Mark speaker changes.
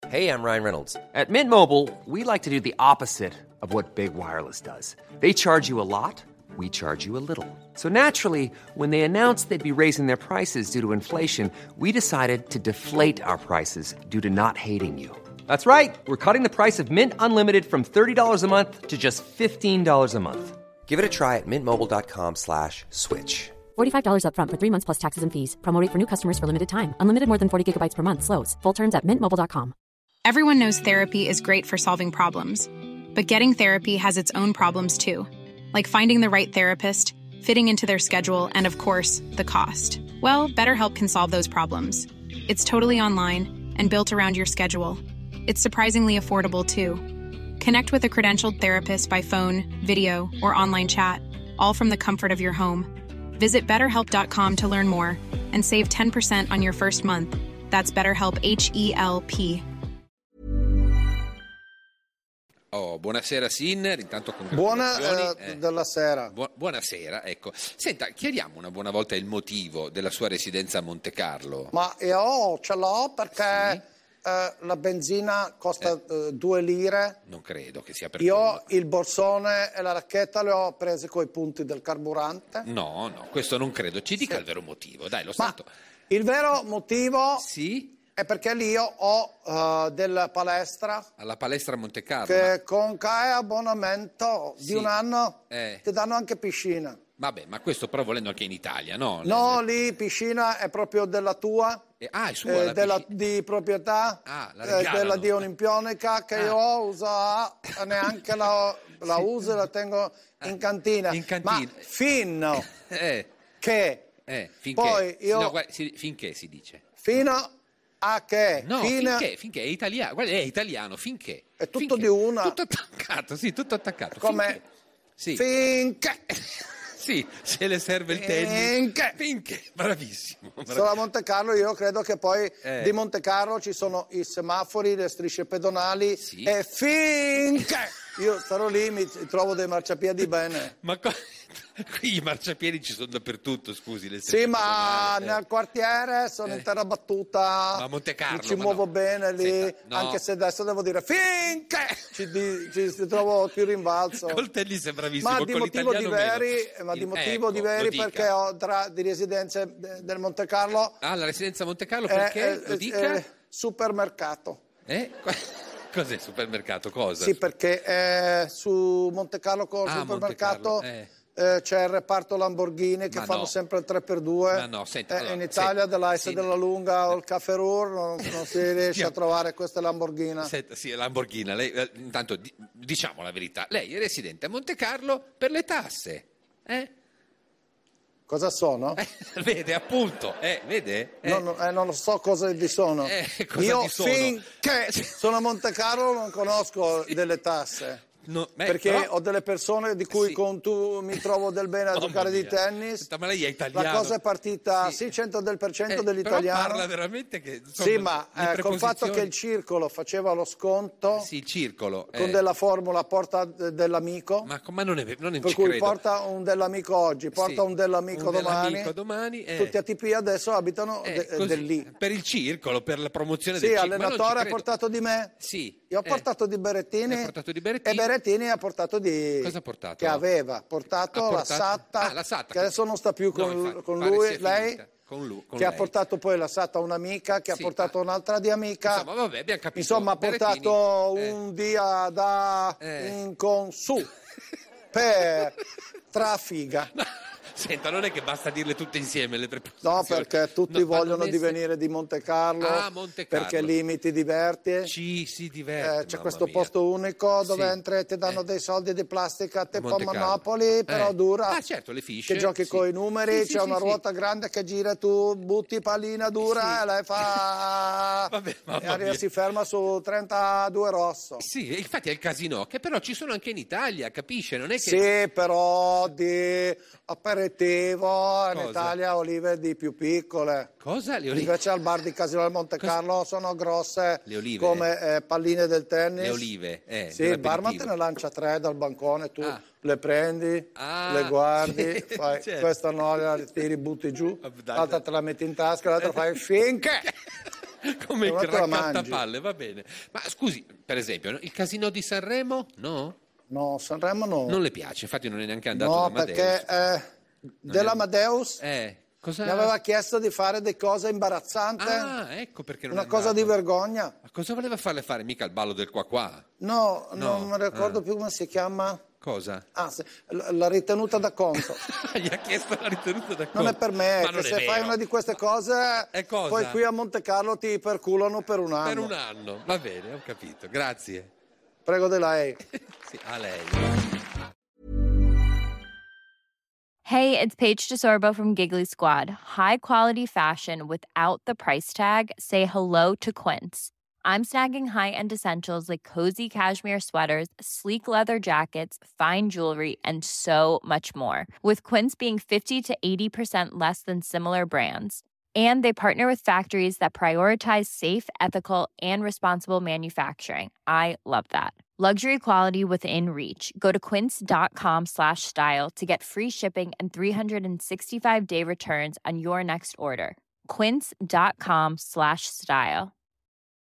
Speaker 1: Hey, I'm Ryan Reynolds. At Mint Mobile, we like to do the opposite of what Big Wireless does. They charge you a lot, we charge you a little. So naturally, when they announced they'd be raising their prices due to inflation, we decided to deflate our prices due to not hating you. That's right. We're cutting the price of Mint Unlimited from $30 a month to just $15 a month. Give it a try at mintmobile.com/switch.
Speaker 2: $45 up front for 3 months plus taxes and fees. Promo rate for new customers for limited time. Unlimited more than 40 gigabytes per month slows. Full terms at mintmobile.com.
Speaker 3: Everyone knows therapy is great for solving problems. But getting therapy has its own problems too. Like finding the right therapist, fitting into their schedule, and of course, the cost. Well, BetterHelp can solve those problems. It's totally online and built around your schedule. It's surprisingly affordable too. Connect with a credentialed therapist by phone, video, or online chat, all from the comfort of your home. Visit BetterHelp.com to learn more and save 10% on your first month. That's BetterHelp, H-E-L-P.
Speaker 4: Oh, buonasera Sinner, intanto congratulazioni.
Speaker 5: Della sera.
Speaker 4: Buonasera, ecco. Senta, chiariamo una buona volta il motivo della sua residenza a Monte Carlo.
Speaker 5: Ma io ce l'ho perché la benzina costa 2 lire.
Speaker 4: Non credo che sia per
Speaker 5: Io
Speaker 4: quello.
Speaker 5: il borsone e la racchetta le ho prese coi punti del carburante.
Speaker 4: No, questo non credo. Ci dica il vero motivo, dai, lo sento.
Speaker 5: Il vero motivo
Speaker 4: Sì?
Speaker 5: è perché lì io ho della palestra
Speaker 4: Alla palestra a Monte Carlo.
Speaker 5: che con CAE abbonamento di
Speaker 4: Sì.
Speaker 5: un anno ti danno anche piscina.
Speaker 4: Vabbè, ma questo però volendo anche in Italia, no?
Speaker 5: No, lì piscina è proprio della tua.
Speaker 4: È sua la piscina.
Speaker 5: Di proprietà,
Speaker 4: la regalano.
Speaker 5: della di olimpionica che io uso, neanche la uso e la tengo in cantina.
Speaker 4: In cantina.
Speaker 5: Ma fino che
Speaker 4: finché.
Speaker 5: poi io
Speaker 4: No, guarda, finché si dice.
Speaker 5: fino a che
Speaker 4: No, finché è italiano. Guarda, è italiano, finché.
Speaker 5: è tutto
Speaker 4: Finché.
Speaker 5: di una.
Speaker 4: Tutto attaccato, sì, tutto attaccato.
Speaker 5: Come
Speaker 4: Sì.
Speaker 5: finché
Speaker 4: Sì, se le serve il tennis. Finché. Bravissimo.
Speaker 5: sono a Monte Carlo. Io credo che poi di Monte Carlo ci sono i semafori, le strisce pedonali
Speaker 4: Sì.
Speaker 5: e finché io starò lì mi trovo dei marciapiedi bene.
Speaker 4: Ma qui i marciapiedi ci sono dappertutto, scusi.
Speaker 5: Sì, ma nel quartiere sono in terra battuta.
Speaker 4: Ma a Monte Carlo,
Speaker 5: ci
Speaker 4: ma
Speaker 5: muovo
Speaker 4: no.
Speaker 5: bene lì,
Speaker 4: Senta, no.
Speaker 5: anche se adesso devo dire finché ci trovo più rimbalzo.
Speaker 4: Col tennis è bravissimo,
Speaker 5: Ma
Speaker 4: con
Speaker 5: di motivo
Speaker 4: l'italiano
Speaker 5: di
Speaker 4: meno.
Speaker 5: motivo di veri
Speaker 4: lo dica.
Speaker 5: perché ho di residenze del Monte Carlo.
Speaker 4: La residenza a Monte Carlo perché? Lo dica?
Speaker 5: Supermercato.
Speaker 4: Cos'è supermercato? Cosa?
Speaker 5: Sì, perché su Monte Carlo con il supermercato
Speaker 4: Monte Carlo,
Speaker 5: c'è il reparto Lamborghini che
Speaker 4: Ma
Speaker 5: fanno
Speaker 4: no.
Speaker 5: sempre il 3x2.
Speaker 4: Ma no, senta, allora,
Speaker 5: in Italia della S
Speaker 4: sì.
Speaker 5: della Lunga o il Caffè Rur non si riesce a trovare questa Lamborghini.
Speaker 4: Senta, sì, Lamborghini. Lei, intanto diciamo la verità, lei è residente a Monte Carlo per le tasse.
Speaker 5: Cosa sono?
Speaker 4: Vede, appunto, vede?
Speaker 5: Non so cosa vi sono.
Speaker 4: Cosa
Speaker 5: Io
Speaker 4: vi sono?
Speaker 5: finché sono a Monte Carlo non conosco delle tasse.
Speaker 4: No,
Speaker 5: perché
Speaker 4: però
Speaker 5: ho delle persone di cui
Speaker 4: sì.
Speaker 5: con tu mi trovo del bene a
Speaker 4: Mamma
Speaker 5: giocare di
Speaker 4: mia.
Speaker 5: tennis.
Speaker 4: Senta, ma lei è italiano.
Speaker 5: La cosa è partita,
Speaker 4: Sì.
Speaker 5: 100%
Speaker 4: Però
Speaker 5: dell'italiano.
Speaker 4: parla veramente che insomma,
Speaker 5: Sì, ma
Speaker 4: le
Speaker 5: col fatto che il
Speaker 4: preposizioni-
Speaker 5: circolo faceva lo sconto
Speaker 4: Sì, il circolo.
Speaker 5: con della formula porta dell'amico,
Speaker 4: Ma non
Speaker 5: per
Speaker 4: ci
Speaker 5: cui
Speaker 4: credo.
Speaker 5: porta un dell'amico oggi, porta
Speaker 4: Sì,
Speaker 5: un dell'amico
Speaker 4: dell'amico
Speaker 5: domani.
Speaker 4: domani,
Speaker 5: Tutti ATP adesso abitano
Speaker 4: così,
Speaker 5: del lì.
Speaker 4: per il circolo, per la promozione
Speaker 5: Sì,
Speaker 4: del circolo. Ma non ci
Speaker 5: allenatore ha
Speaker 4: credo.
Speaker 5: portato di me.
Speaker 4: Sì.
Speaker 5: Io ho portato di Berrettini,
Speaker 4: Hai portato di Berrettini.
Speaker 5: e Berrettini ha portato di...
Speaker 4: Cosa ha portato?
Speaker 5: Che aveva portato,
Speaker 4: Ha
Speaker 5: la
Speaker 4: portato-
Speaker 5: Satta,
Speaker 4: la Satta,
Speaker 5: che adesso non sta più
Speaker 4: No,
Speaker 5: con,
Speaker 4: infatti,
Speaker 5: con
Speaker 4: pare
Speaker 5: lui,
Speaker 4: sia
Speaker 5: lei,
Speaker 4: finita. Con lui, con
Speaker 5: che ha
Speaker 4: lei.
Speaker 5: portato poi la Satta a un'amica, che
Speaker 4: Sì,
Speaker 5: ha portato un'altra di amica.
Speaker 4: Insomma, vabbè, abbiamo capito.
Speaker 5: Insomma, ha
Speaker 4: Berrettini,
Speaker 5: portato un dia da in consu per trafiga.
Speaker 4: Senta, non è che basta dirle tutte insieme le preposizioni.
Speaker 5: No, perché tutti
Speaker 4: No,
Speaker 5: vogliono
Speaker 4: vanno messe-
Speaker 5: divenire di Monte Carlo,
Speaker 4: Monte Carlo.
Speaker 5: perché lì mi ti diverti.
Speaker 4: Ci si diverte.
Speaker 5: C'è
Speaker 4: mamma
Speaker 5: questo
Speaker 4: mia.
Speaker 5: posto unico dove
Speaker 4: Sì.
Speaker 5: entri e ti danno dei soldi di plastica tipo a
Speaker 4: Monte Carlo.
Speaker 5: Monopoli, però dura.
Speaker 4: Ah, certo, le fiche.
Speaker 5: Che giochi
Speaker 4: sì.
Speaker 5: con i numeri,
Speaker 4: Sì,
Speaker 5: c'è
Speaker 4: sì,
Speaker 5: una
Speaker 4: sì,
Speaker 5: ruota grande che gira e tu butti pallina dura
Speaker 4: Sì.
Speaker 5: e lei fa...
Speaker 4: Vabbè, mamma
Speaker 5: e arriva,
Speaker 4: mia.
Speaker 5: si ferma su 32 rosso.
Speaker 4: Sì, infatti è il casino, che però ci sono anche in Italia, capisce? Non è che...
Speaker 5: Sì, però di aperitivo in
Speaker 4: Cosa?
Speaker 5: Italia olive di più piccole.
Speaker 4: Cosa? Le olive?
Speaker 5: Invece al bar di Casino del Monte Carlo sono grosse
Speaker 4: Le olive?
Speaker 5: come palline del tennis.
Speaker 4: Le olive,
Speaker 5: Sì, il barman te
Speaker 4: dell'aperitivo.
Speaker 5: ne lancia 3 dal bancone, tu
Speaker 4: Ah.
Speaker 5: le prendi,
Speaker 4: Ah,
Speaker 5: le guardi,
Speaker 4: sì,
Speaker 5: fai
Speaker 4: certo.
Speaker 5: questa no, la tiri, butti giù,
Speaker 4: Dai,
Speaker 5: l'altra
Speaker 4: dai.
Speaker 5: te la metti in tasca, l'altra fai finché.
Speaker 4: Come il
Speaker 5: Però te la mangi.
Speaker 4: raccattapalle, va bene. Ma scusi, per esempio, no? Il casino di Sanremo? No?
Speaker 5: No, Sanremo no.
Speaker 4: Non le piace, infatti non è neanche andato
Speaker 5: No,
Speaker 4: da Amadeus.
Speaker 5: perché dell'Amadeus
Speaker 4: Cosa...
Speaker 5: mi aveva chiesto di fare delle cose imbarazzanti.
Speaker 4: Ah, ecco perché non
Speaker 5: Una
Speaker 4: è
Speaker 5: cosa
Speaker 4: andato.
Speaker 5: di vergogna.
Speaker 4: Ma cosa voleva farle fare? Mica il ballo del qua qua.
Speaker 5: No, non mi ricordo più come si chiama.
Speaker 4: Cosa?
Speaker 5: Ah, sì, la ritenuta da conto.
Speaker 4: Gli ha chiesto la ritenuta da conto.
Speaker 5: Non è per me,
Speaker 4: Ma
Speaker 5: che
Speaker 4: non è
Speaker 5: se
Speaker 4: vero.
Speaker 5: fai una di queste cose,
Speaker 4: E cosa?
Speaker 5: poi qui a Monte Carlo ti perculano per un anno.
Speaker 4: Per un anno, va bene, ho capito, grazie.
Speaker 5: Prego di lei.
Speaker 4: Sì, a lei.
Speaker 6: Hey, it's Paige DeSorbo from Giggly Squad. High quality fashion without the price tag. Say hello to Quince. I'm snagging high-end essentials like cozy cashmere sweaters, sleek leather jackets, fine jewelry, and so much more. With Quince being 50 to 80% less than similar brands. And they partner with factories that prioritize safe, ethical, and responsible manufacturing. I love that. Luxury quality within reach. Go to quince.com/style to get free shipping and 365-day returns on your next order. Quince.com/style.